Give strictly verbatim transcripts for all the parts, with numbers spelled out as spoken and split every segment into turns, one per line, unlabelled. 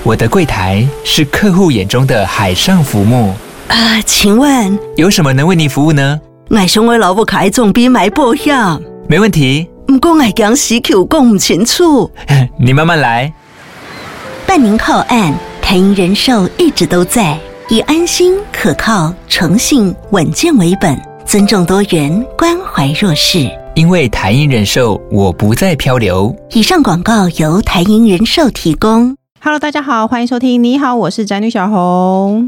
我的柜台是客户眼中的海上浮木
啊、呃，请问
有什么能为您服务呢？
我想我老母开总比买保险。
没问题。
不过我讲时口讲不清楚。
你慢慢来。
办您靠岸，台银人寿一直都在，以安心、可靠、诚信、稳健为本，尊重多元，关怀弱势。
因为台银人寿，我不再漂流。
以上广告由台银人寿提供。
Hello， 大家好，欢迎收听。你好，我是宅女小红。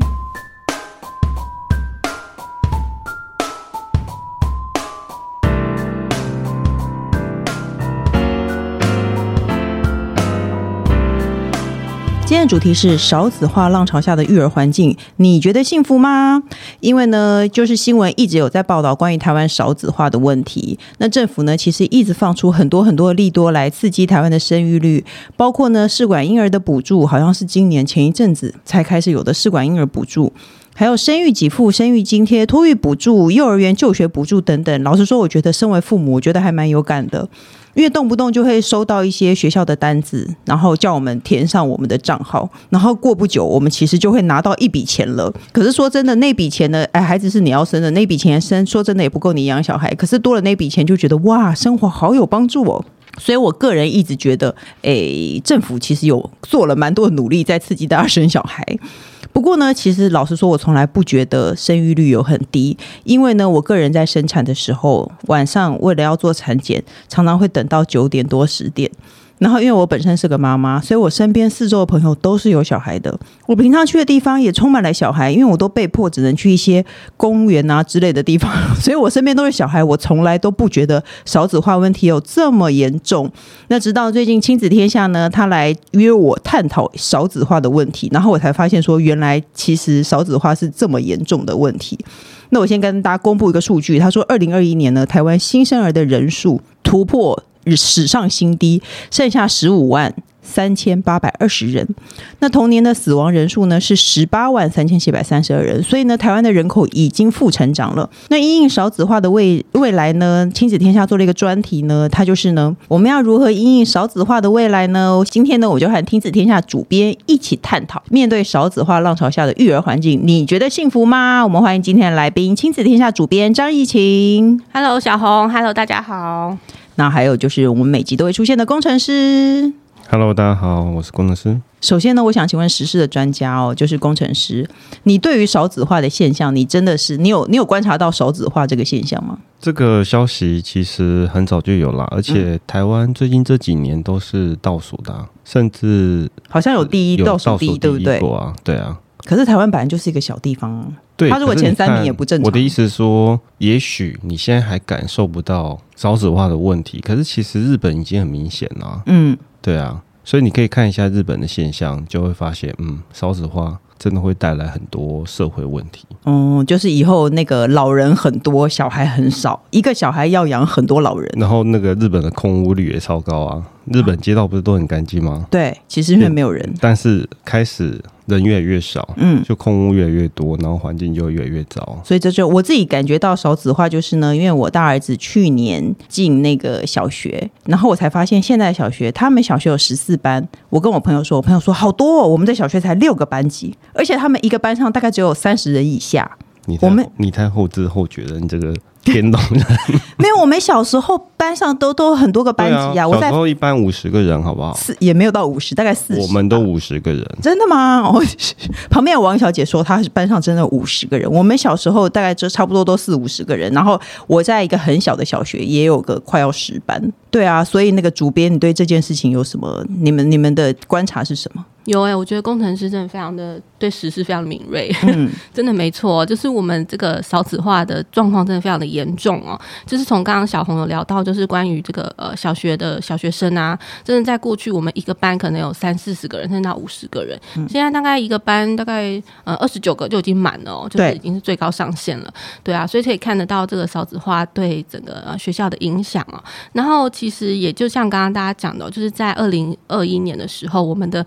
今天的主题是少子化浪潮下的育儿环境，你觉得幸福吗？因为呢，就是新闻一直有在报道关于台湾少子化的问题。那政府呢，其实一直放出很多很多的利多来刺激台湾的生育率，包括呢试管婴儿的补助，好像是今年前一阵子才开始有的试管婴儿补助。还有生育给付、生育津贴、托育补助、幼儿园就学补助等等。老实说，我觉得身为父母，我觉得还蛮有感的，因为动不动就会收到一些学校的单子，然后叫我们填上我们的账号，然后过不久，我们其实就会拿到一笔钱了。可是说真的，那笔钱呢，哎，孩子是你要生的，那笔钱生，说真的也不够你养小孩。可是多了那笔钱，就觉得哇，生活好有帮助哦。所以我个人一直觉得，诶，政府其实有做了蛮多的努力在刺激大家生小孩。不过呢，其实老实说，我从来不觉得生育率有很低，因为呢，我个人在生产的时候，晚上为了要做产检，常常会等到九点多十点。然后因为我本身是个妈妈，所以我身边四周的朋友都是有小孩的。我平常去的地方也充满了小孩，因为我都被迫只能去一些公园啊之类的地方，所以我身边都是小孩。我从来都不觉得少子化问题有这么严重。那直到最近亲子天下呢，他来约我探讨少子化的问题，然后我才发现说，原来其实少子化是这么严重的问题。那我先跟大家公布一个数据，他说二零二一年呢，台湾新生儿的人数突破史上新低，剩下十五万三千八百二十人。那同年的死亡人数呢是十八万三千七百三十二人，所以呢，台湾的人口已经负成长了。那因应少子化的未未来呢，亲子天下做了一个专题呢，它就是呢，我们要如何因应少子化的未来呢？今天呢，我就和亲子天下主编一起探讨，面对少子化浪潮下的育儿环境，你觉得幸福吗？我们欢迎今天的来宾，亲子天下主编张艺晴。
Hello， 小红 ，Hello， 大家好。
那还有就是我们每集都会出现的工程师。
Hello， 大家好，我是工程师。
首先呢，我想请问时事的专家哦，就是工程师，你对于少子化的现象，你真的是你有你有观察到少子化这个现象吗？
这个消息其实很早就有了，而且台湾最近这几年都是倒数的、啊，甚至
好像有第一倒数第一，对不对？
对啊。
可是台湾本来就是一个小地方啊，
对，
他如果前三名也不正常。
我的意思是说，也许你现在还感受不到少子化的问题，可是其实日本已经很明显了。嗯，对啊，所以你可以看一下日本的现象，就会发现，嗯，少子化真的会带来很多社会问题。
嗯，就是以后那个老人很多，小孩很少，一个小孩要养很多老人。
然后那个日本的空屋率也超高啊，日本街道不是都很干净吗？
对，其实因为没有人，
但是开始人越来越少，嗯，就空屋越来越多，然后环境就越来越糟。
所以这就我自己感觉到少子化，就是呢，因为我大儿子去年进那个小学，然后我才发现现在小学他们小学有十四班，我跟我朋友说，我朋友说好多哦，我们在小学才六个班级，而且他们一个班上大概只有三十人以下。
你太我们你太后知后觉了，你这个天龙人
没有，我们小时候班上都都很多个班级啊。
啊，小时候一班五十个人，好不好？
也没有到五十，大概四十。
我们都五十个人，
真的吗？哦、旁边有王小姐说，她班上真的五十个人。我们小时候大概就差不多都四五十个人。然后我在一个很小的小学，也有个快要十班。对啊，所以那个主编，你对这件事情有什么？你们你们的观察是什么？
有哎、欸，我觉得工程师真的非常的对时事非常敏锐，嗯，真的没错，就是我们这个少子化的状况真的非常的严重哦。就是从刚刚小红有聊到，就是关于这个呃小学的小学生啊，真的在过去我们一个班可能有三四十个人，甚至到五十个人，嗯、现在大概一个班大概呃二十九个就已经满了哦，就是已经是最高上限了。对啊，所以可以看得到这个少子化对整个、呃、学校的影响哦。然后其实也就像刚刚大家讲的，就是在二零二一年的时候，我们的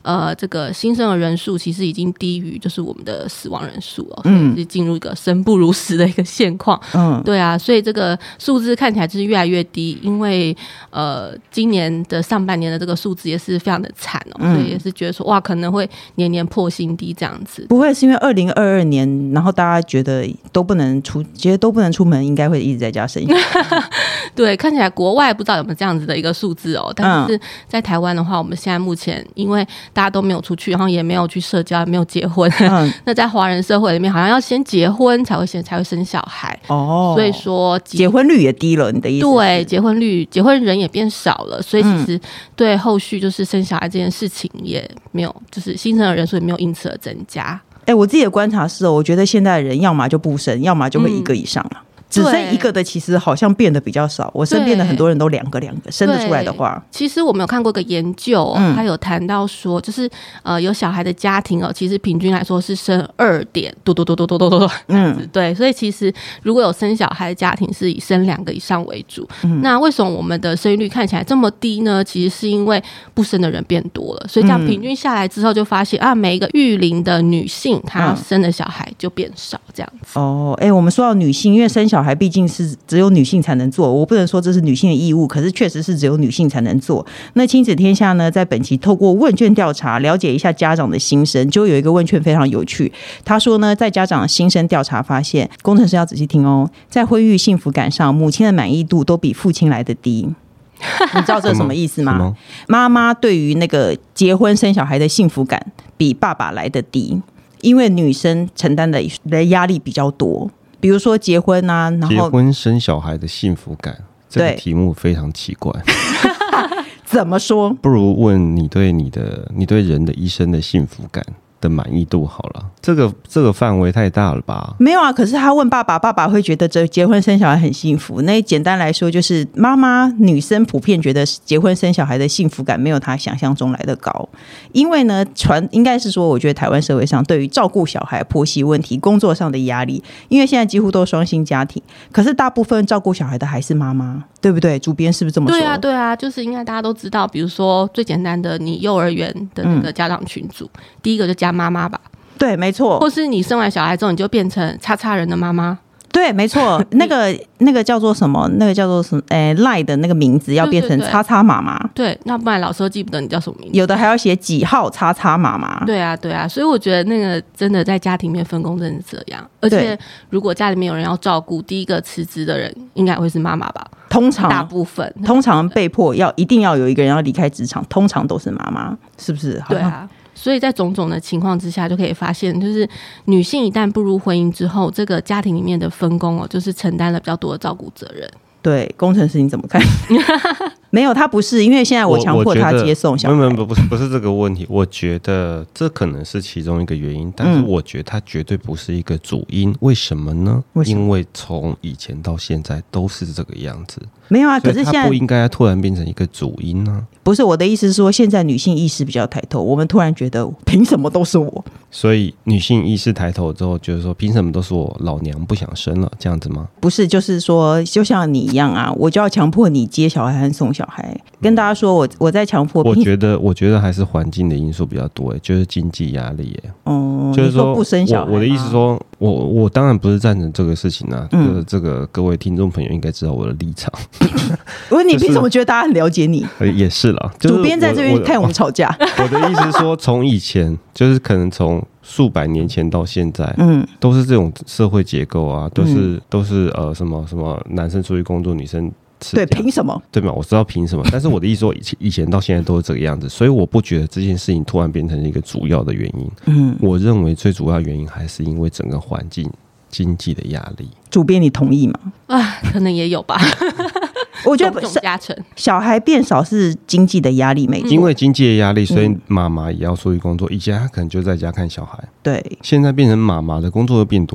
呃这个新生儿人数其实已经低于就是我们的死亡人数了，所以是进入一个生不如死的一个现况。嗯，对啊，所以这个数字看起来就是越来越低，因为呃今年的上半年的这个数字也是非常的惨哦，嗯、所以也是觉得说哇可能会年年破新低这样子。
不会是因为二零二二年，然后大家觉得都不能出，觉得都不能出门，应该会一直在家生小孩。
对，看起来国外不知道有没有这样子的一个数字哦，但是在台湾的话，我们现在目前因为大家都没有出去，然后也没有去社交，也没有结婚，嗯、那在华人社会里面，好像要先结婚才会先才会生小孩哦，所以说
结婚率也低了，你的意思是？
对，结婚率结婚人也变少了，所以其实对后续就是生小孩这件事情也没有，就是新生儿人数也没有因此而增加。
哎、欸，我自己的观察是哦，我觉得现在的人要么就不生，要么就会一个以上了。嗯只生一个的其实好像变得比较少，我身边的很多人都两个两个生得出来的话，
其实我们有看过一个研究、哦嗯、他有谈到说就是呃有小孩的家庭哦，其实平均来说是生二点多多多多多多多，嗯，对，所以其实如果有生小孩的家庭是以生两个以上为主、嗯、那为什么我们的生育率看起来这么低呢？其实是因为不生的人变多了，所以这样平均下来之后就发现、嗯、啊每一个育龄的女性她生的小孩就变少这样子。
哦，哎、欸，我们说到女性，因为生小孩小孩毕竟是只有女性才能做，我不能说这是女性的义务，可是确实是只有女性才能做。那亲子天下呢，在本期透过问卷调查了解一下家长的心声，就有一个问卷非常有趣，他说呢，在家长的心声调查发现，工程师要仔细听哦，在婚育幸福感上，母亲的满意度都比父亲来得低。你知道这是什么意思吗？妈妈对于那个结婚生小孩的幸福感比爸爸来得低，因为女生承担的压力比较多。比如说结婚啊，然后
结婚生小孩的幸福感，这个题目非常奇怪。
怎么说？
不如问你对你的你对人的一生的幸福感的满意度好了，这个这个范围太大了吧？
没有啊，可是他问爸爸，爸爸会觉得这结婚生小孩很幸福。那简单来说，就是妈妈女生普遍觉得结婚生小孩的幸福感没有他想象中来的高，因为呢，传应该是说，我觉得台湾社会上对于照顾小孩、婆媳问题、工作上的压力，因为现在几乎都双薪家庭，可是大部分照顾小孩的还是妈妈，对不对？主编是不是这么说？
对啊，对啊，就是应该大家都知道，比如说最简单的，你幼儿园的那个家长群组，嗯、第一个就加妈妈吧，
对，没错。
或是你生完小孩之后，你就变成叉叉人的妈妈，
对，没错。那个那个叫做什么？那个叫做什么？诶、欸、赖的那个名字要变成叉叉妈妈。
对，那不然老师都记不得你叫什么名字。
有的还要写几号叉叉妈妈。
对啊，对啊。所以我觉得那个真的在家庭里面分工真的是这样，而且如果家里面有人要照顾，第一个辞职的人应该会是妈妈吧。
通常
大部分
通常被迫要一定要有一个人要离开职场，通常都是妈妈，是不是？
对啊。所以在种种的情况之下，就可以发现，就是女性一旦步入婚姻之后，这个家庭里面的分工哦，就是承担了比较多的照顾责任。
对，工程师你怎么看？没有，他不是，因为现在我强迫他接送小孩。
没有，不是，不是这个问题。我觉得这可能是其中一个原因，但是我觉得它绝对不是一个主因。为什么呢？为什么？因为从以前到现在都是这个样子。
没有啊，可是现在
它不应该突然变成一个主因呢、啊？
不是，我的意思是说，现在女性意识比较抬头，我们突然觉得凭什么都是我？
所以女性意识抬头之后，就是说凭什么都是我，老娘不想生了，这样子吗？
不是，就是说，就像你一样啊，我就要强迫你接小孩和送小孩。跟大家说我我在强迫，
我觉得我觉得还是环境的因素比较多，就是经济压力。
哦、嗯，
就是说
你说不生小孩，
我我的意思说，我我当然不是赞成这个事情啊。嗯，就是这个各位听众朋友应该知道我的立场。
我问你凭什么觉得大家很了解你？
也是啦，就是、
主编在这边看我们吵架。
我的意思是说，从以前就是可能从数百年前到现在，嗯，都是这种社会结构啊，都是、嗯、都是呃什么什么男生出去工作，女生吃。
对，凭什么？
对吗？我知道凭什么，但是我的意思说，以前以前到现在都是这个样子，所以我不觉得这件事情突然变成一个主要的原因。嗯，我认为最主要原因还是因为整个环境经济的压力。
主编，你同意吗？
啊，可能也有吧。
我觉得
加成
小孩变少是经济的压力，没错。
因为经济的压力，所以妈妈也要出去工作。以前她可能就在家看小孩，
对。
现在变成妈妈的工作又变多了，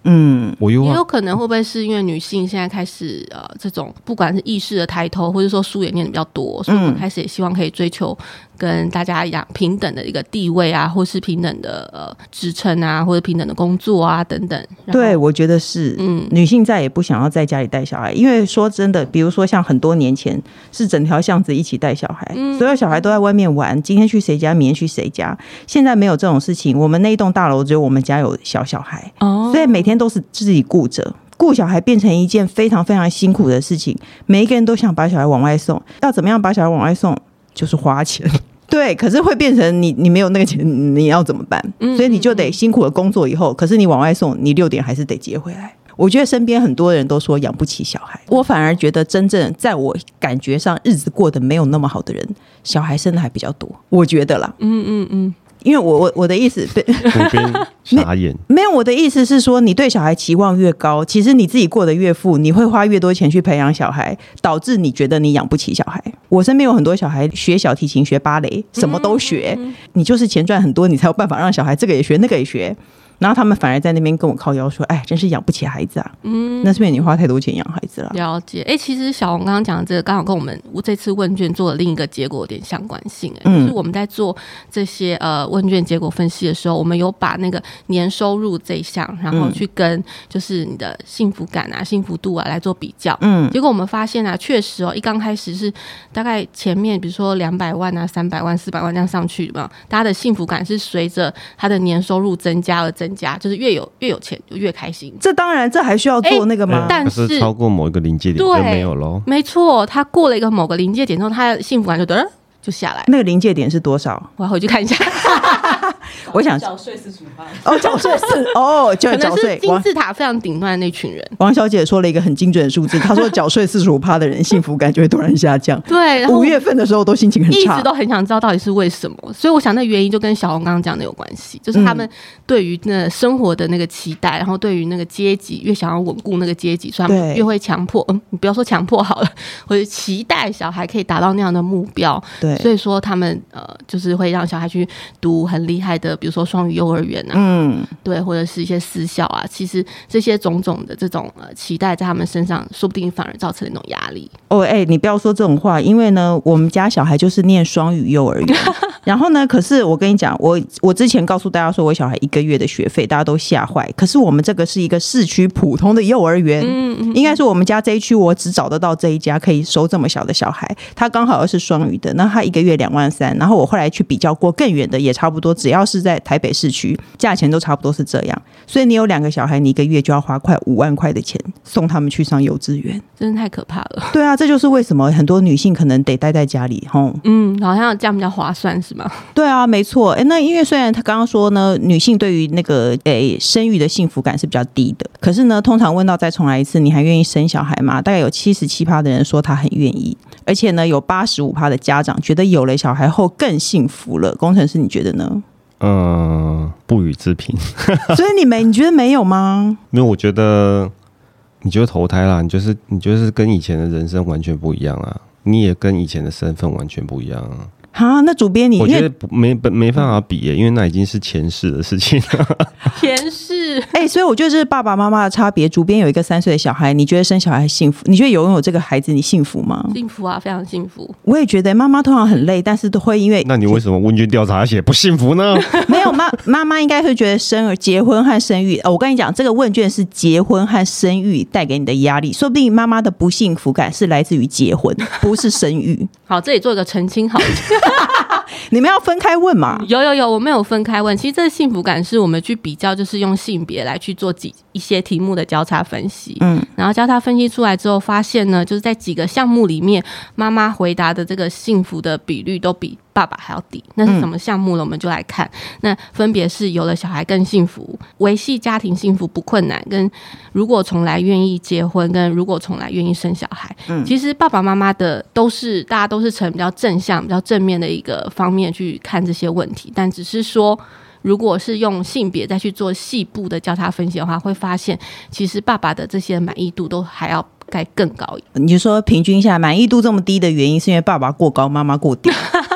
嗯，我又
也有可能会不会是因为女性现在开始呃这种不管是意识的抬头，或者说书也念的比较多，所以我们开始也希望可以追求跟大家一样平等的一个地位啊，或是平等的呃职称啊，或者平等的工作啊等等。
对，我觉得是，嗯，女性再也不想要在家里带小孩，因为说真的，比如说像很多年前是整条巷子一起带小孩，嗯，所有小孩都在外面玩，今天去谁家，明天去谁家。现在没有这种事情，我们那一栋大楼只有我们家有小小孩，哦，所以每天都是自己顾着。顾小孩变成一件非常非常辛苦的事情，每一个人都想把小孩往外送，要怎么样把小孩往外送？就是花钱。对，可是会变成你你没有那个钱，你要怎么办？所以你就得辛苦的工作以后，可是你往外送，你六点还是得接回来。我觉得身边很多人都说养不起小孩，我反而觉得真正在我感觉上日子过得没有那么好的人，小孩生的还比较多，我觉得啦。嗯嗯嗯。因为我我我的意思，
傻眼，
没有，我的意思是说，你对小孩期望越高，其实你自己过得越富，你会花越多钱去培养小孩，导致你觉得你养不起小孩。我身边有很多小孩学小提琴、学芭蕾，什么都学，嗯嗯、你就是钱赚很多，你才有办法让小孩这个也学，那个也学。然后他们反而在那边跟我靠腰说：“哎，真是养不起孩子啊！”嗯，那是因为你花太多钱养孩子了。
了解。哎，其实小红刚刚讲的这个，刚好跟我们这次问卷做的另一个结果有点相关性。哎、嗯，就是我们在做这些呃问卷结果分析的时候，我们有把那个年收入这一项，然后去跟就是你的幸福感啊、幸福度啊来做比较。嗯，结果我们发现啊，确实哦，一刚开始是大概前面比如说两百万啊、三百万、四百万这样上去嘛，大家的幸福感是随着他的年收入增加而增加。就是越有越有钱就越开心，
这当然这还需要做那个吗？
但
是, 是超过某一个临界点就没有咯。
没错，他过了一个某个临界点之后，他的幸福感就得就下来。
那个临界点是多少？
我要回去看一下。
我想
缴税四十五趴
哦，缴税是哦，就
缴税金字塔非常顶端的那群人。
王小姐说了一个很精准的数字，她说缴税四十五趴的人幸福感就会突然下降。
对，
五月份的时候都心情很差，
一直都很想知道到底是为什么。所以我想那原因就跟小红刚刚讲的有关系，就是他们对于那生活的那个期待，然后对于那个阶级越想要稳固那个阶级，所以他们越会强迫，嗯，你不要说强迫好了，或者期待小孩可以达到那样的目标。对，所以说他们呃，就是会让小孩去读很厉害的，比如说双语幼儿园啊，嗯，对，或者是一些私校啊。其实这些种种的这种呃期待，在他们身上，说不定反而造成一种压力。
哦，哎、欸，你不要说这种话，因为呢，我们家小孩就是念双语幼儿园，然后呢，可是我跟你讲，我我之前告诉大家说我小孩一个月的学费，大家都吓坏。可是我们这个是一个市区普通的幼儿园，嗯嗯，应该说我们家这一区我只找得到这一家可以收这么小的小孩，他刚好又是双语的，那他一个月两万三，然后我后来去比较过更远的，也差不多，只要是在台北市区，价钱都差不多是这样。所以你有两个小孩，你一个月就要花快五万块的钱送他们去上幼稚园，
真的太可怕了。
对啊，这就是为什么很多女性可能得待在家里，吼，
嗯，好像这样比较划算，是吗？
对啊，没错。哎，那因为虽然他刚刚说呢，女性对于那个诶生育的幸福感是比较低的，可是呢，通常问到再重来一次，你还愿意生小孩吗？大概有七十七趴的人说他很愿意，而且呢，有八十五趴的家长觉得有了小孩后更幸福了。工程师，你觉得呢？
嗯，不予置评。
所以你没你觉得没有吗？
没有，我觉得你就投胎啦，你就是你就是跟以前的人生完全不一样啊，你也跟以前的身份完全不一样啊。
哈，那主编你
我觉得没没办法比耶，因为那已经是前世的事情了。
前世，
哎、欸，所以我觉得这是爸爸妈妈的差别。主编有一个三岁的小孩，你觉得生小孩幸福？你觉得拥有这个孩子你幸福吗？
幸福啊，非常幸福。
我也觉得妈妈通常很累，但是都会因为……
那你为什么问卷调查写不幸福呢？
没有妈妈妈应该会觉得生儿结婚和生育、哦。我跟你讲，这个问卷是结婚和生育带给你的压力，说不定妈妈的不幸福感是来自于结婚，不是生育。
好，这里做一个澄清好了。
你们要分开问嘛？
有有有，我们有分开问。其实这个幸福感是我们去比较，就是用性别来去做几一些题目的交叉分析。嗯，然后交叉分析出来之后，发现呢，就是在几个项目里面，妈妈回答的这个幸福的比率都比爸爸还要低。那是什么项目呢？我们就来看。那分别是有了小孩更幸福，维系家庭幸福不困难，跟如果从来愿意结婚，跟如果从来愿意生小孩。嗯，其实爸爸妈妈的都是大家都是呈比较正向、比较正面的一个方面去看这些问题，但只是说，如果是用性别再去做细部的交叉分析的话，会发现其实爸爸的这些满意度都还要该更高。
你就说平均下来满意度这么低的原因，是因为爸爸过高，妈妈过低。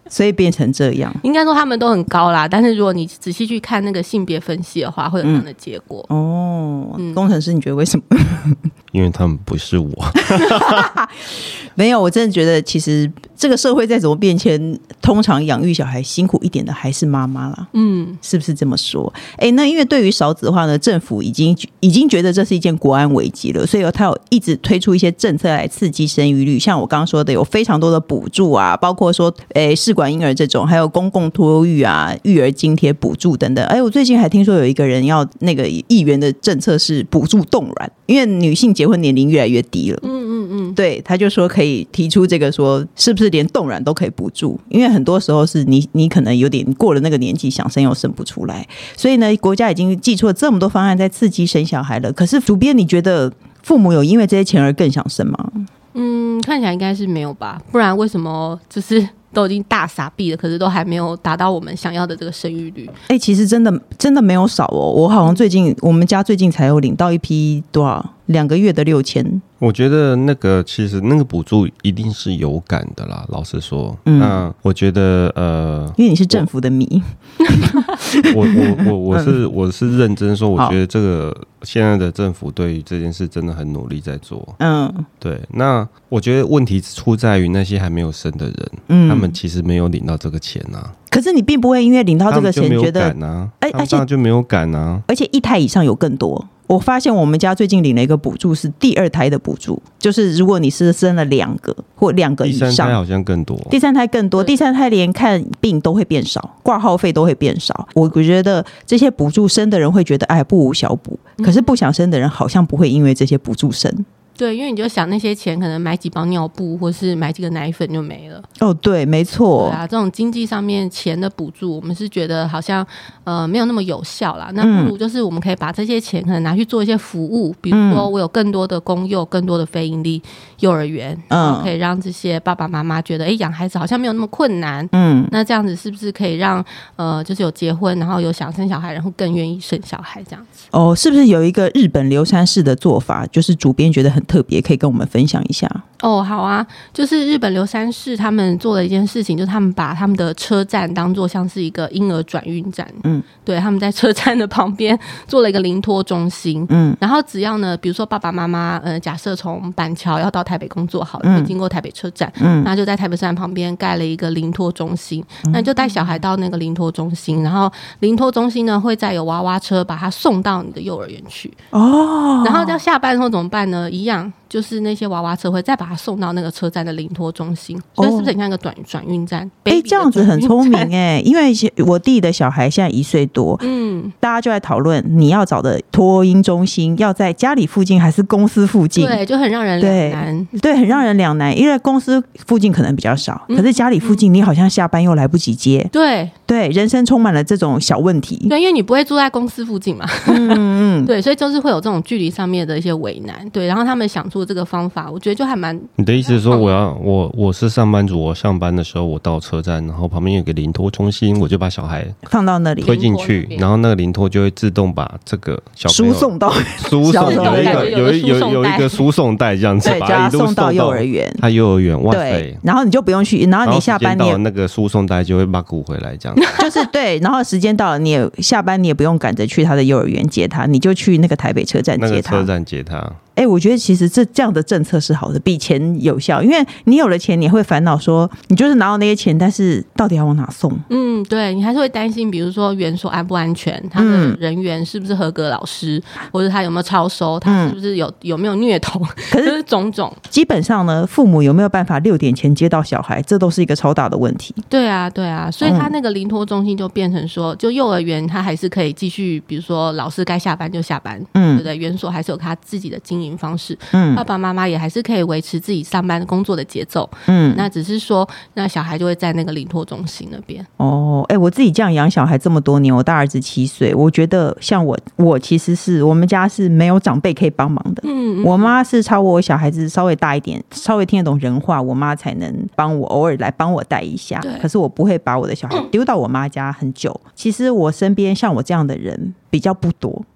所以变成这样。
应该说他们都很高啦，但是如果你仔细去看那个性别分析的话，会有这样的结果。
嗯、哦、嗯，工程师你觉得为什么？
因为他们不是我。
没有，我真的觉得其实这个社会再怎么变迁，通常养育小孩辛苦一点的还是妈妈啦。嗯，是不是这么说？哎，那因为对于少子化呢，政府已经已经觉得这是一件国安危机了，所以他有一直推出一些政策来刺激生育率，像我刚刚说的，有非常多的补助啊，包括说诶试管婴儿这种，还有公共托育啊、育儿津贴补助等等。哎，我最近还听说有一个人要那个议员的政策是补助冻卵，因为女性结婚年龄越来越低了。嗯嗯嗯，对，他就说可以提出这个说，是不是连冻卵都可以补助？因为很多时候是你你可能有点过了那个年纪，想生又生不出来，所以呢，国家已经祭出了这么多方案在刺激生小孩了。可是主编，你觉得父母有因为这些钱而更想生吗？
嗯，看起来应该是没有吧，不然为什么就是都已经大撒币了，可是都还没有达到我们想要的这个生育率？
哎、欸，其实真的真的没有少哦。我好像最近我们家最近才有领到一批多少两个月的六千。
我觉得那个其实那个补助一定是有感的啦，老实说。嗯，那我觉得呃，
因为你是政府的迷，
我我我我是我是认真说，我觉得这个现在的政府对于这件事真的很努力在做。嗯，对。那我觉得问题出在于那些还没有生的人，嗯，他们其实没有领到这个钱啊。
可是你并不会因为领到这个钱觉得，
哎，而且就没有感啊，
而且一胎以上有更多。我发现我们家最近领了一个补助，是第二胎的补助，就是如果你是生了两个或两个以上，
第三胎好像更多，
第三胎更多，第三胎连看病都会变少，挂号费都会变少。我觉得这些补助生的人会觉得哎不无小补，可是不想生的人好像不会因为这些补助生。
对，因为你就想那些钱可能买几包尿布或是买几个奶粉就没了。
哦，对，没错。
对啊，这种经济上面钱的补助，我们是觉得好像呃没有那么有效啦。那不如就是我们可以把这些钱可能拿去做一些服务，比如说我有更多的公幼、更多的非营利幼儿园，嗯，可以让这些爸爸妈妈觉得，哎，养孩子好像没有那么困难。嗯，那这样子是不是可以让呃就是有结婚，然后有想生小孩，然后更愿意生小孩这样子？
哦，是不是有一个日本流山市的做法，就是主编觉得很特别，可以跟我们分享一下？
哦，好啊，就是日本流山市他们做了一件事情，就是他们把他们的车站当作像是一个婴儿转运站。嗯，对，他们在车站的旁边做了一个临托中心。嗯，然后只要呢，比如说爸爸妈妈，呃，假设从板桥要到台北工作好了，会经过台北车站，嗯，那就在台北车站旁边盖了一个临托中心，嗯，那你就带小孩到那个临托中心，然后临托中心呢会再有娃娃车把他送到你的幼儿园去。哦，然后要下班后怎么办呢？一样。就是那些娃娃车会再把它送到那个车站的临托中心，所以是不是很像一个转转运站？
哎、欸，这样子很聪明哎、欸，因为我弟的小孩现在一岁多，嗯，大家就在讨论你要找的托婴中心要在家里附近还是公司附近？
对，就很让人两难，
对，对，很让人两难，因为公司附近可能比较少，嗯、可是家里附近你好像下班又来不及接，
对
对，人生充满了这种小问题，
对，因为你不会住在公司附近嘛，嗯嗯，对，所以就是会有这种距离上面的一些为难，对，然后他们想出这个方法，我觉得就还蛮……
你的意思是说，我要我我是上班族，我上班的时候我到车站，然后旁边有个临托中心，我就把小孩
放到那里
推进去，然后那个临托就会自动把这个小朋友
输送到
输送有一个有一有有一个输送带这样子，
对，把他送到幼儿园，
他幼儿园哇塞，
然后你就不用去，然后你下班你
到那个输送带就会把鼓回来这样，
就是对，然后时间到了，你也下班你也不用赶着去他的幼儿园接他，你就去那个台北车站接他，
那个车站接他。
哎、欸，我觉得其实这这样的政策是好的，比钱有效，因为你有了钱，你会烦恼说，你就是拿到那些钱，但是到底要往哪送？
嗯，对，你还是会担心，比如说园所安不安全，他的人员是不是合格老师，嗯、或者他有没有超收，他是不是有有没有虐童，可是种种。
基本上呢，父母有没有办法六点前接到小孩，这都是一个超大的问题。
对啊，对啊，所以他那个临托中心就变成说，就幼儿园他还是可以继续，比如说老师该下班就下班，嗯，对不对？园所还是有他自己的经营方式，嗯，爸爸妈妈也还是可以维持自己上班工作的节奏，嗯，那只是说，那小孩就会在那个临托中心那边。
哦，哎、欸，我自己这样养小孩这么多年，我大儿子七岁，我觉得像我，我其实是我们家是没有长辈可以帮忙的，嗯，我妈是超过我小孩子稍微大一点，稍微听得懂人话，我妈才能帮我偶尔来帮我带一下，可是我不会把我的小孩丢到我妈家很久。其实我身边像我这样的人比较不多。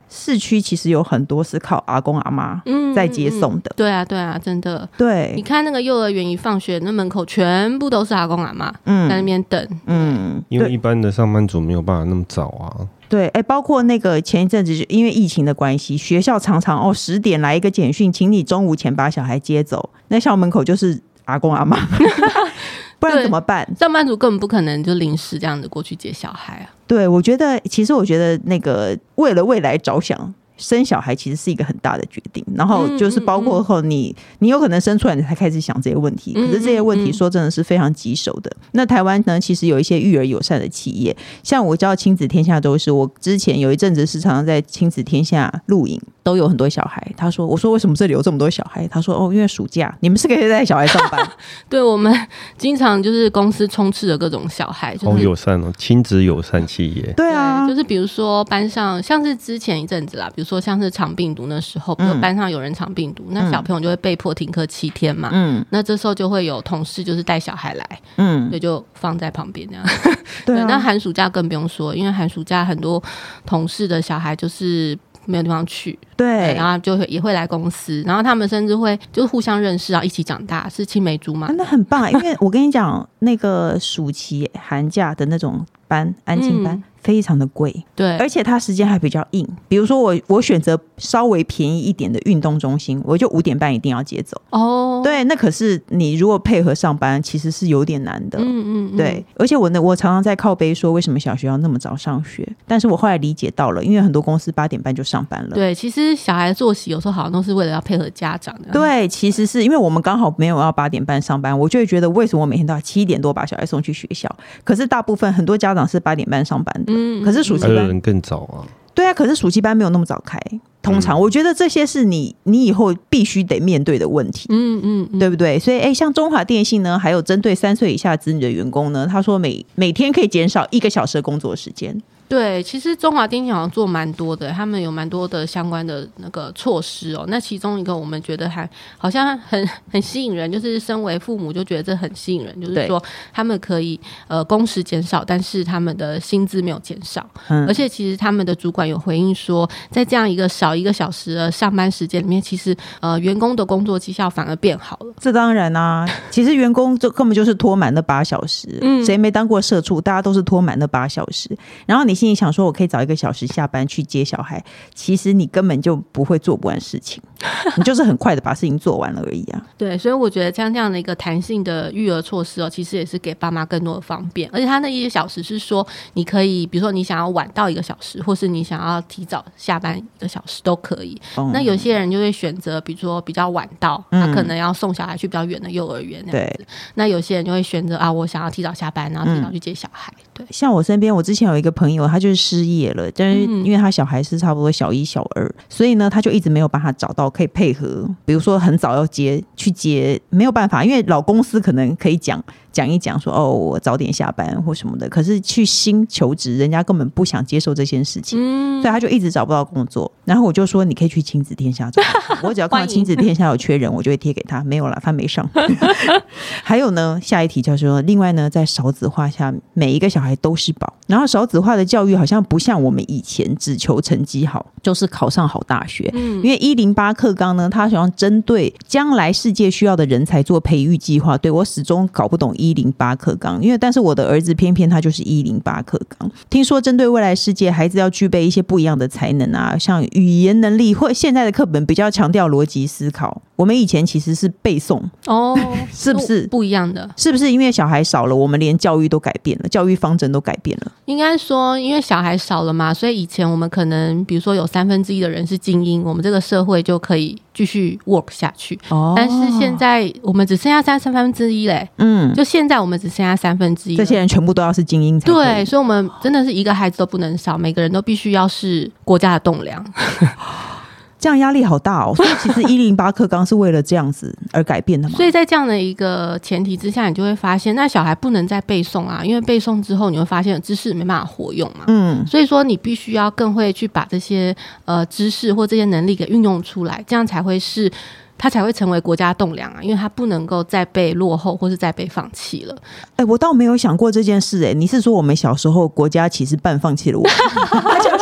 市区其实有很多是靠阿公阿妈在接送的、嗯嗯嗯、
对啊对啊，真的。
对，
你看那个幼儿园一放学，那门口全部都是阿公阿妈、嗯、在那边等。
嗯，因为一般的上班族没有办法那么早啊。
对，哎，包括那个前一阵子因为疫情的关系，学校常常哦十点来一个简讯，请你中午前把小孩接走，那校门口就是阿公阿妈不然怎么办？
上班族根本不可能就临时这样子过去接小孩啊。
对，我觉得其实我觉得那个为了未来着想，生小孩其实是一个很大的决定，然后就是包括后你、嗯嗯嗯、你有可能生出来你才开始想这些问题，可是这些问题说真的是非常棘手的。嗯嗯嗯，那台湾呢其实有一些育儿友善的企业，像我知道亲子天下都是，我之前有一阵子是常常在亲子天下录影，都有很多小孩。他说，我说为什么这里有这么多小孩？他说哦，因为暑假你们是可以带小孩上班
对，我们经常就是公司充斥着各种小孩，就是、
好友善哦，亲子友善企业。
对啊，
对，就是比如说班上像是之前一阵子啦，比如说像是肠病毒那时候，比如班上有人肠病毒、嗯、那小朋友就会被迫停课七天嘛，嗯，那这时候就会有同事就是带小孩来，嗯，所以就放在旁边这样对、啊、对，那寒暑假更不用说，因为寒暑假很多同事的小孩就是没有地方去，
对,
对，然后就会也会来公司，然后他们甚至会就是互相认识啊，一起长大，是青梅竹马、啊、
那很棒。因为我跟你讲那个暑期寒假的那种班安亲班、嗯非常的贵，
对，
而且它时间还比较硬。比如说我我选择稍微便宜一点的运动中心，我就五点半一定要接走。哦，对，那可是你如果配合上班，其实是有点难的。嗯嗯嗯，对。而且我呢，我常常在靠背说，为什么小学要那么早上学？但是我后来理解到了，因为很多公司八点半就上班了。
对，其实小孩的作息有时候好像都是为了要配合家长的。
对，其实是因为我们刚好没有要八点半上班，我就会觉得为什么我每天都要七点多把小孩送去学校？可是大部分很多家长是八点半上班的。嗯，可是暑期班
还有人更早啊。
对啊，可是暑期班没有那么早开。通常我觉得这些是你你以后必须得面对的问题。嗯嗯嗯，对不对？所以哎，像中华电信呢，还有针对三岁以下子女的员工呢，他说每每天可以减少一个小时的工作时间。
对，其实中华电信好像做蛮多的，他们有蛮多的相关的那个措施哦。那其中一个我们觉得还好像很很吸引人，就是身为父母就觉得这很吸引人，就是说他们可以呃工时减少，但是他们的薪资没有减少、嗯、而且其实他们的主管有回应说，在这样一个少一个小时的上班时间里面，其实呃员工的工作绩效反而变好了。
这当然啊，其实员工就根本就是拖满那八小时，嗯，谁没当过社畜？大家都是拖满那八小时，然后你心里想说我可以早一个小时下班去接小孩，其实你根本就不会做不完事情你就是很快的把事情做完了而已啊。
对，所以我觉得像这样的一个弹性的育儿措施哦，其实也是给爸妈更多的方便。而且他那一个小时是说你可以比如说你想要晚到一个小时，或是你想要提早下班一个小时都可以、嗯、那有些人就会选择比如说比较晚到、嗯、他可能要送小孩去比较远的幼儿园那样子。那有些人就会选择啊，我想要提早下班然后提早去接小孩、嗯、对。
像我身边我之前有一个朋友，他就是失业了，但是因为他小孩是差不多小一小二、嗯、所以呢他就一直没有办法找到可以配合，比如说很早要接去接，没有办法，因为老公司可能可以讲讲一讲说哦我早点下班或什么的，可是去新求职人家根本不想接受这件事情、嗯、所以他就一直找不到工作。然后我就说你可以去亲子天下找我只要看到亲子天下有缺人我就会贴给他，没有啦他没上还有呢下一题就是说，另外呢在少子化下每一个小孩都是宝，然后少子化的教育好像不像我们以前只求成绩好就是考上好大学、嗯、因为一零八课纲呢它好像针对将来世界需要的人才做培育计划。对，我始终搞不懂一零八课纲，因为但是我的儿子偏偏他就是一零八课纲。听说针对未来世界孩子要具备一些不一样的才能啊，像语言能力，或现在的课本比较强调逻辑思考，我们以前其实是背诵哦是不是
不一样的？
是不是因为小孩少了我们连教育都改变了，教育方针都改变了？
应该说因为小孩少了嘛，所以以前我们可能比如说有三分之一的人是精英，我们这个社会就可以继续 work 下去、哦、但是现在我们只剩下三三分之一嘞，嗯，就现在我们只剩下三分之一，
这些人全部都要是精英才可以。
对，所以我们真的是一个孩子都不能少，每个人都必须要是国家的栋梁
这样压力好大哦。所以其实一零八课纲是为了这样子而改变的嘛。
所以在这样的一个前提之下，你就会发现那小孩不能再背诵啊，因为背诵之后你会发现知识没办法活用嘛。嗯，所以说你必须要更会去把这些呃知识或这些能力给运用出来，这样才会是他才会成为国家栋梁啊，因为他不能够再被落后或是再被放弃了。
哎、欸，我倒没有想过这件事。哎、欸，你是说我们小时候国家其实半放弃了我们他就是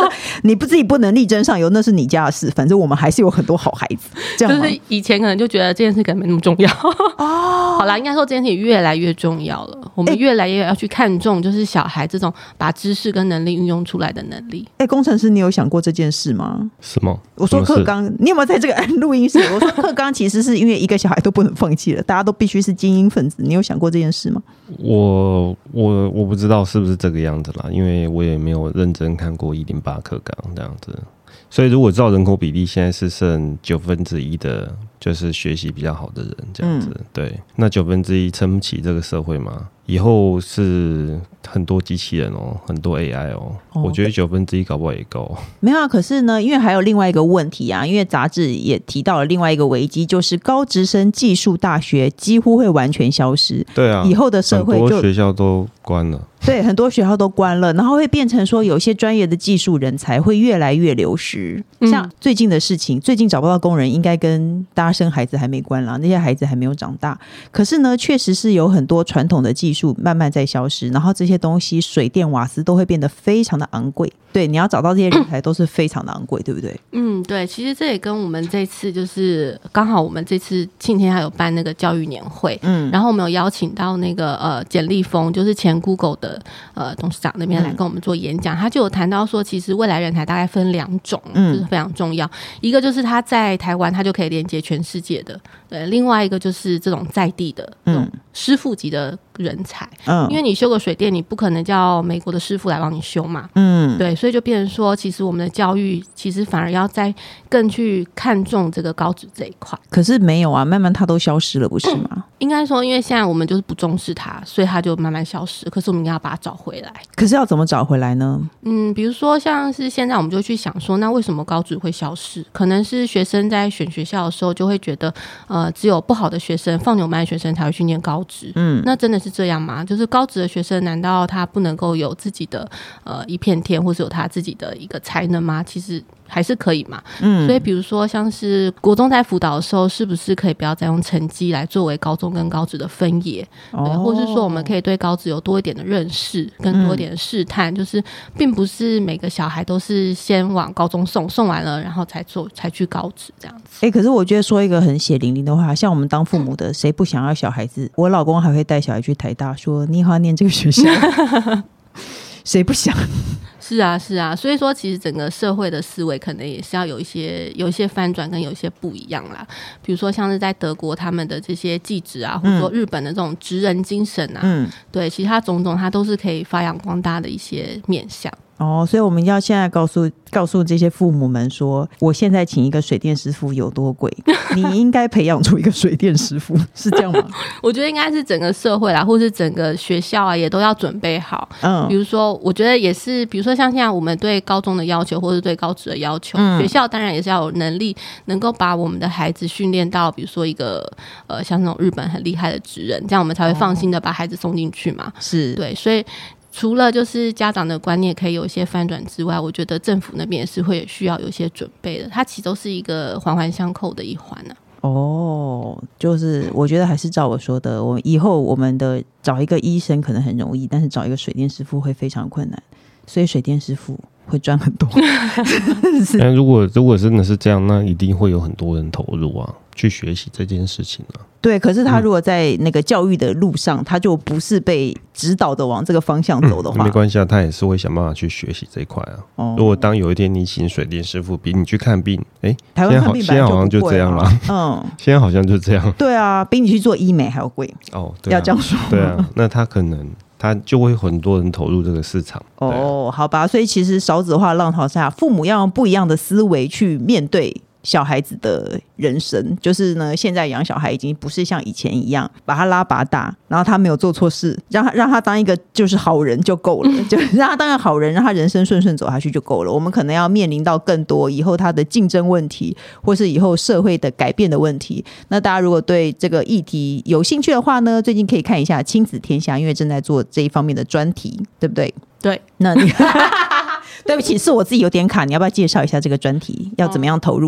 你不自己不能力争上游，那是你家的事，反正我们还是有很多好孩子，这样吗？
就是以前可能就觉得这件事可能没那么重要哦。好啦，应该说这件事情越来越重要了，我们越来越要去看重就是小孩这种把知识跟能力运用出来的能力。
哎、欸，工程师，你有想过这件事吗？
什么？
我说课纲，你有没有在这个录音室？我说课纲其实是因为一个小孩都不能放弃了，大家都必须是精英分子。你有想过这件事吗？
我我我不知道是不是这个样子啦，因为我也没有认真看过一零八课纲这样子。所以如果照人口比例，现在是剩九分之一的，就是学习比较好的人这样子。嗯、对，那九分之一撑不起这个社会吗？以后是很多机器人哦，很多 A I 哦，哦我觉得九分之一搞不好也够。
没有啊，可是呢，因为还有另外一个问题啊，因为杂志也提到了另外一个危机，就是高职生技术大学几乎会完全消失。
对啊，
以后的社会就
很多学校都关了。
对，很多学校都关了，然后会变成说有些专业的技术人才会越来越流失。像最近的事情，最近找不到工人应该跟大家生孩子还没关啦，那些孩子还没有长大。可是呢，确实是有很多传统的技术慢慢在消失，然后这些东西水电瓦斯都会变得非常的昂贵。对，你要找到这些人才都是非常的昂贵，对不对？
嗯，对，其实这也跟我们这次就是刚好我们这次庆天还有办那个教育年会，嗯，然后我们有邀请到那个呃简立峰，就是前 Google 的呃董事长那边来跟我们做演讲，嗯、他就有谈到说，其实未来人才大概分两种，嗯，就是非常重要。一个就是他在台湾，他就可以连接全世界的，对；另外一个就是这种在地的这种师傅级的人才，嗯，因为你修个水电，你不可能叫美国的师傅来帮你修嘛，嗯，对，所以就变成说，其实我们的教育其实反而要再更去看重这个高职这一块。
可是没有啊，慢慢它都消失了，不是吗？嗯、
应该说，因为现在我们就是不重视它，所以它就慢慢消失。可是我们应该要把它找回来。
可是要怎么找回来呢？
嗯，比如说像是现在我们就去想说，那为什么高职会消失？可能是学生在选学校的时候就会觉得，呃，只有不好的学生、放牛班的学生才会去念高职。嗯，那真的是这样吗？就是高职的学生，难道他不能够有自己的呃一片天，或是有他自己的一个才能吗？其实还是可以嘛。嗯，所以比如说像是国中在辅导的时候，是不是可以不要再用成绩来作为高中跟高职的分野？哦、对，或是说我们可以对高职有多一点的认识，跟多一点的试探，嗯、就是并不是每个小孩都是先往高中送，送完了然后才做才去高职这样子。
哎、欸，可是我觉得说一个很血淋淋的话，像我们当父母的，谁不想要小孩子？我老公还会带小孩去台大，说你以后要念这个学校，谁不想？
是啊是啊，所以说其实整个社会的思维可能也是要有一些有一些翻转跟有一些不一样啦。比如说像是在德国他们的这些技职啊，或者说日本的这种职人精神啊，嗯，对，其他种种它都是可以发扬光大的一些面向。
哦，所以我们要现在告诉告诉这些父母们说，我现在请一个水电师傅有多贵，你应该培养出一个水电师傅，是这样吗？
我觉得应该是整个社会啦，或是整个学校啊，也都要准备好。嗯，比如说，我觉得也是，比如说像现在我们对高中的要求，或是对高职的要求，嗯、学校当然也是要有能力，能够把我们的孩子训练到，比如说一个呃，像那种日本很厉害的职人，这样我们才会放心的把孩子送进去嘛。是，对，所以。除了就是家长的观念可以有一些翻转之外，我觉得政府那边也是会需要有一些准备的，它其实都是一个环环相扣的一环呢、啊。
哦，就是我觉得还是照我说的，我以后我们的找一个医生可能很容易，但是找一个水电师傅会非常困难，所以水电师傅会赚很多。
但如果如果真的是这样，那一定会有很多人投入啊，去学习这件事情啊。
对，可是他如果在那个教育的路上，嗯、他就不是被指导的往这个方向走的话，
嗯、没关系啊，他也是会想办法去学习这一块啊。哦、如果当有一天你请水电师傅比你去看病，哎，台湾看病现在好像就这样了，嗯，现在好像就这样。
对啊，比你去做医美还要贵哦，对啊、要这样说。
对啊，那他可能。他就会很多人投入这个市场
哦，好吧，所以其实少子化浪潮下，父母要用不一样的思维去面对小孩子的人生。就是呢，现在养小孩已经不是像以前一样把他拉拔大，然后他没有做错事，让他让他当一个就是好人就够了，就让他当个好人，让他人生顺顺走下去就够了。我们可能要面临到更多以后他的竞争问题，或是以后社会的改变的问题。那大家如果对这个议题有兴趣的话呢，最近可以看一下亲子天下，因为正在做这一方面的专题，对不对？
对，
那你对不起，是我自己有点卡，你要不要介绍一下这个专题要怎么样投入呢？
哦，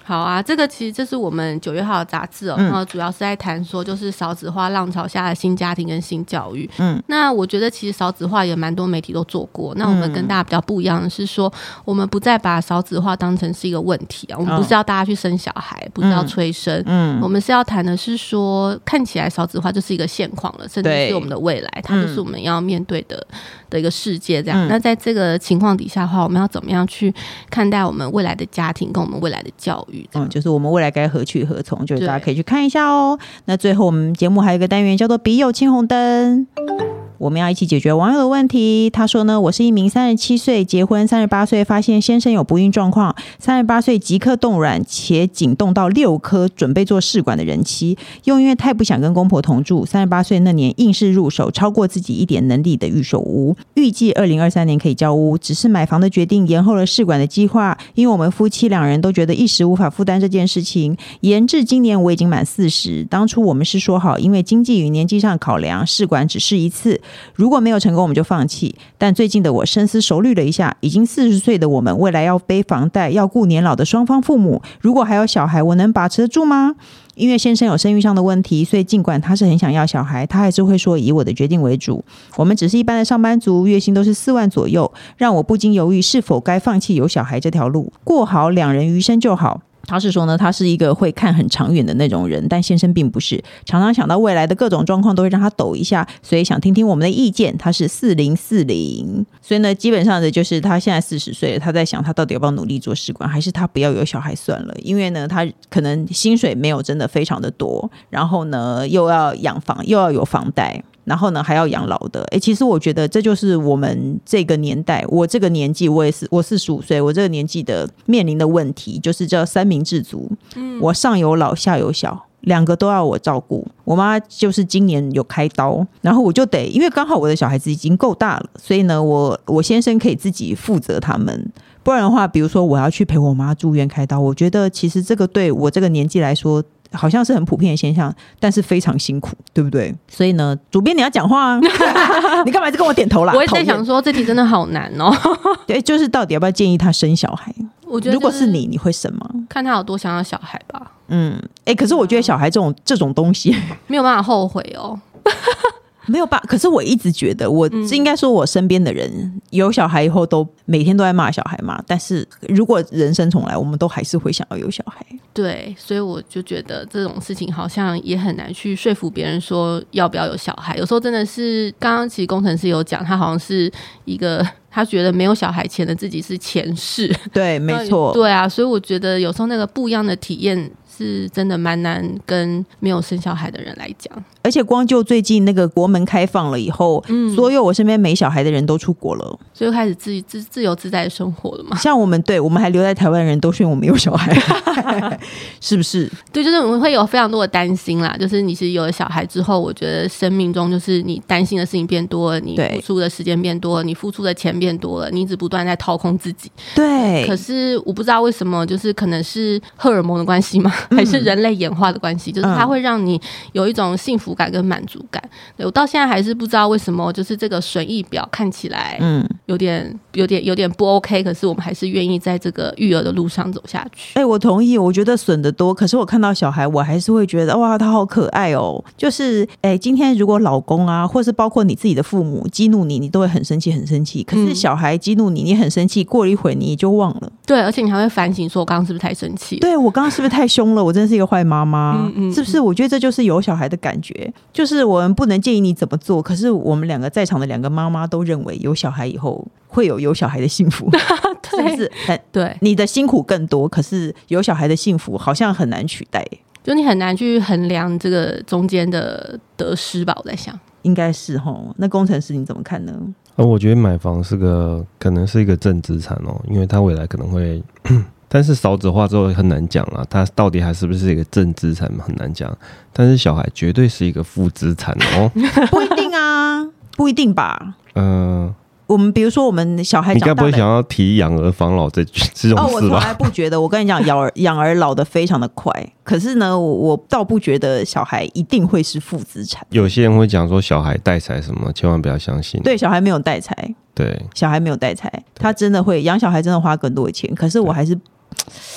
好啊，这个其实这是我们九月号的杂志哦，然后主要是在谈说就是少子化浪潮下的新家庭跟新教育。嗯，那我觉得其实少子化也蛮多媒体都做过，那我们跟大家比较不一样的是说，我们不再把少子化当成是一个问题啊，我们不是要大家去生小孩，不是要催生，嗯，我们是要谈的是说，看起来少子化就是一个现况了，甚至是我们的未来，它就是我们要面对的的一个世界这样。嗯、那在这个情况底下的话，我们要怎么样去看待我们未来的家庭跟我们未来的教育？
嗯，就是我们未来该何去何从，就是大家可以去看一下哦。那最后我们节目还有一个单元叫做笔友青红灯，我们要一起解决网友的问题。他说呢，我是一名三十七岁结婚，三十八岁发现先生有不孕状况，三十八岁即刻冻卵且颈冻到六颗，准备做试管的人妻，又因为太不想跟公婆同住，三十八岁那年硬是入手超过自己一点能力的预售屋，预计二零二三年可以交屋，只是买房的决定延后了试管的计划，因为我们夫妻两人都觉得一时无法负担这件事情，延至今年我已经满四十，当初我们是说好因为经济与年纪上考量，试管只试一次，如果没有成功我们就放弃，但最近的我深思熟虑了一下，已经四十岁的我们未来要背房贷，要顾年老的双方父母，如果还有小孩，我能把持得住吗？因为先生有生育上的问题，所以尽管他是很想要小孩，他还是会说以我的决定为主，我们只是一般的上班族，月薪都是四万左右，让我不禁犹豫是否该放弃有小孩这条路，过好两人余生就好。他是说呢，他是一个会看很长远的那种人，但先生并不是，常常想到未来的各种状况都会让他抖一下，所以想听听我们的意见。他是四零四零，所以呢基本上的就是他现在四十岁了，他在想他到底要不要努力做试管，还是他不要有小孩算了，因为呢他可能薪水没有真的非常的多，然后呢又要养房又要有房贷，然后呢还要养老的。诶，其实我觉得这就是我们这个年代，我这个年纪，我也是我四十五岁，我这个年纪的面临的问题就是叫三明治族、嗯、我上有老下有小，两个都要我照顾。我妈就是今年有开刀，然后我就得因为刚好我的小孩子已经够大了，所以呢我我先生可以自己负责他们，不然的话比如说我要去陪我妈住院开刀，我觉得其实这个对我这个年纪来说好像是很普遍的现象，但是非常辛苦，对不对？所以呢，主编你要讲话啊你干嘛一直跟我点头啦？
我也在想说这题真的好难哦
对，就是到底要不要建议他生小孩？
我觉得、就是、
如果是你你会生吗？
看他有多想要小孩吧。
嗯，哎、欸，可是我觉得小孩这种这种东西
没有办法后悔哦
没有吧？可是我一直觉得我、嗯、应该说我身边的人有小孩以后都每天都在骂小孩嘛，但是如果人生重来我们都还是会想要有小孩。
对，所以我就觉得这种事情好像也很难去说服别人说要不要有小孩，有时候真的是刚刚其实工程师有讲，他好像是一个他觉得没有小孩前的自己是前世。
对，没错。
对啊，所以我觉得有时候那个不一样的体验是真的蛮难跟没有生小孩的人来讲。
而且光就最近那个国门开放了以后、嗯、所有我身边没小孩的人都出国了，
所以开始 自, 自, 自由自在的生活了嘛。
像我们对我们还留在台湾的人都说我们有小孩是不是？
对，就是我们会有非常多的担心啦，就是你是有了小孩之后，我觉得生命中就是你担心的事情变多了，你付出的时间变多了，你付出的钱变多了，你一直不断在掏空自己。
对，
可是我不知道为什么，就是可能是荷尔蒙的关系吗、嗯、还是人类演化的关系，就是它会让你有一种幸福感跟满足感。对，我到现在还是不知道为什么，就是这个损益表看起来嗯有点有点有点不 OK， 可是我们还是愿意在这个育儿的路上走下去。
哎、欸，我同意，我觉得损得多，可是我看到小孩我还是会觉得哇他好可爱哦。就是哎、欸，今天如果老公啊或是包括你自己的父母激怒你，你都会很生气很生气，可是小孩激怒你你很生气，过了一会你也就忘了。
对，而且你还会反省说我刚刚是不是太生气了，
对，我刚刚是不是太凶了，我真的是一个坏妈妈、嗯嗯、是不是？我觉得这就是有小孩的感觉，就是我们不能建议你怎么做，可是我们两个在场的两个妈妈都认为有小孩以后会有有小孩的幸福是不是？
对，
你的辛苦更多，可是有小孩的幸福好像很难取代，
就你很难去衡量这个中间的得失吧，我在想
应该是齁。那工程师你怎么看呢？
呃，我觉得买房是个可能是一个正资产哦，因为它未来可能会但是少子化之后很难讲啦，它到底还是不是一个正资产很难讲，但是小孩绝对是一个负资产哦
不一定啊，不一定吧。呃我们比如说我们小孩长大，
你该不会想要提养儿防老这这种事吧？
哦，我从来不觉得。我跟你讲，养儿养儿老得非常的快，可是呢，我我倒不觉得小孩一定会是负资产。
有些人会讲说小孩带财什么，千万不要相信。
对，小孩没有带财，对，小孩没有带财，他真的会养小孩，真的花更多的钱。可是我还是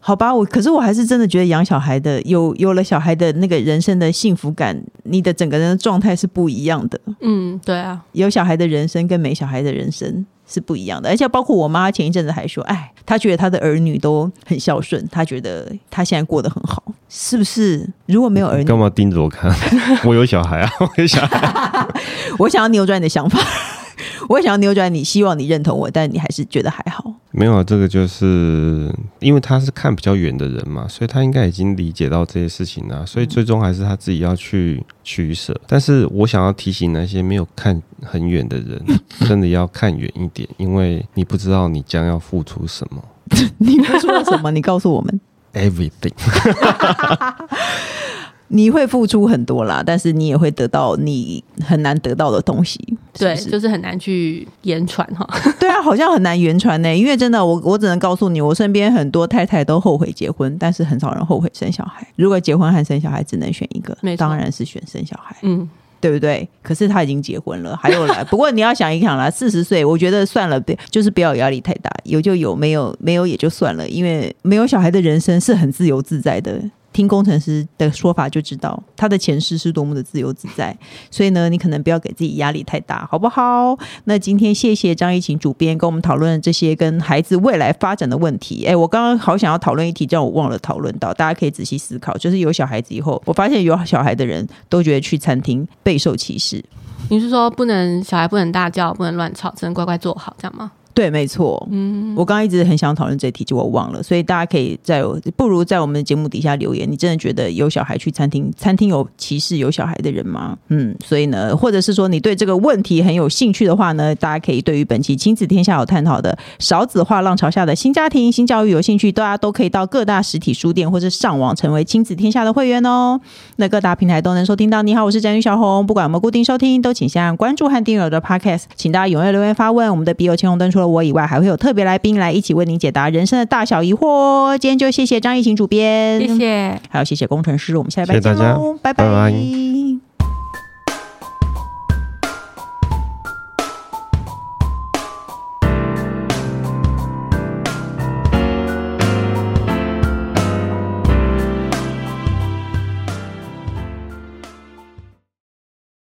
好吧，我可是我还是真的觉得养小孩的有有了小孩的那个人生的幸福感，你的整个人的状态是不一样的。
嗯，对啊，
有小孩的人生跟没小孩的人生是不一样的，而且包括我妈前一阵子还说，哎，她觉得她的儿女都很孝顺，她觉得她现在过得很好，是不是？如果没有儿女，
干嘛盯着我看？我有小孩啊，我有小孩。
我想要扭转你的想法。我想要扭转你，希望你认同我，但你还是觉得还好。
没有啊，这个就是因为他是看比较远的人嘛，所以他应该已经理解到这些事情了，所以最终还是他自己要去取舍。但是我想要提醒那些没有看很远的人，真的要看远一点，因为你不知道你将要付出什么。
你付出了什么？你告诉我们。
Everything
你会付出很多啦，但是你也会得到你很难得到的东西。
对，
是是
就是很难去言传哈。
对啊，好像很难言传呢，因为真的我我只能告诉你，我身边很多太太都后悔结婚，但是很少人后悔生小孩。如果结婚和生小孩只能选一个，当然是选生小孩。嗯。对不对？可是他已经结婚了，还有来。不过你要想一想啦，四十岁，我觉得算了，就是不要有压力太大，有就有，没有没有也就算了，因为没有小孩的人生是很自由自在的。听工程师的说法就知道他的前世是多么的自由自在，所以呢你可能不要给自己压力太大，好不好？那今天谢谢张一晴主编跟我们讨论这些跟孩子未来发展的问题。哎，我刚刚好想要讨论一题，叫我忘了讨论到，大家可以仔细思考，就是有小孩子以后，我发现有小孩的人都觉得去餐厅备受歧视。
你是说不能小孩不能大叫，不能乱吵，只能乖乖坐好，这样吗？
对，没错。嗯，我刚刚一直很想讨论这题，结果我忘了，所以大家可以在不如在我们的节目底下留言，你真的觉得有小孩去餐厅，餐厅有歧视有小孩的人吗？嗯，所以呢，或者是说你对这个问题很有兴趣的话呢，大家可以对于本期亲子天下有探讨的少子化浪潮下的新家庭、新教育有兴趣，大家都可以到各大实体书店或是上网成为亲子天下的会员哦。那各大平台都能收听到。你好，我是展宇小红，不管有没有固定收听，都请先按关注和订阅我的 Podcast， 请大家踊跃留言发问。我们的笔友千红灯除了我以外，还会有特别来宾来一起为您解答人生的大小疑惑。今天就谢谢张一晴主编，
谢谢，
还有谢谢工程师，我们下礼拜见
喽，
拜拜。
拜拜。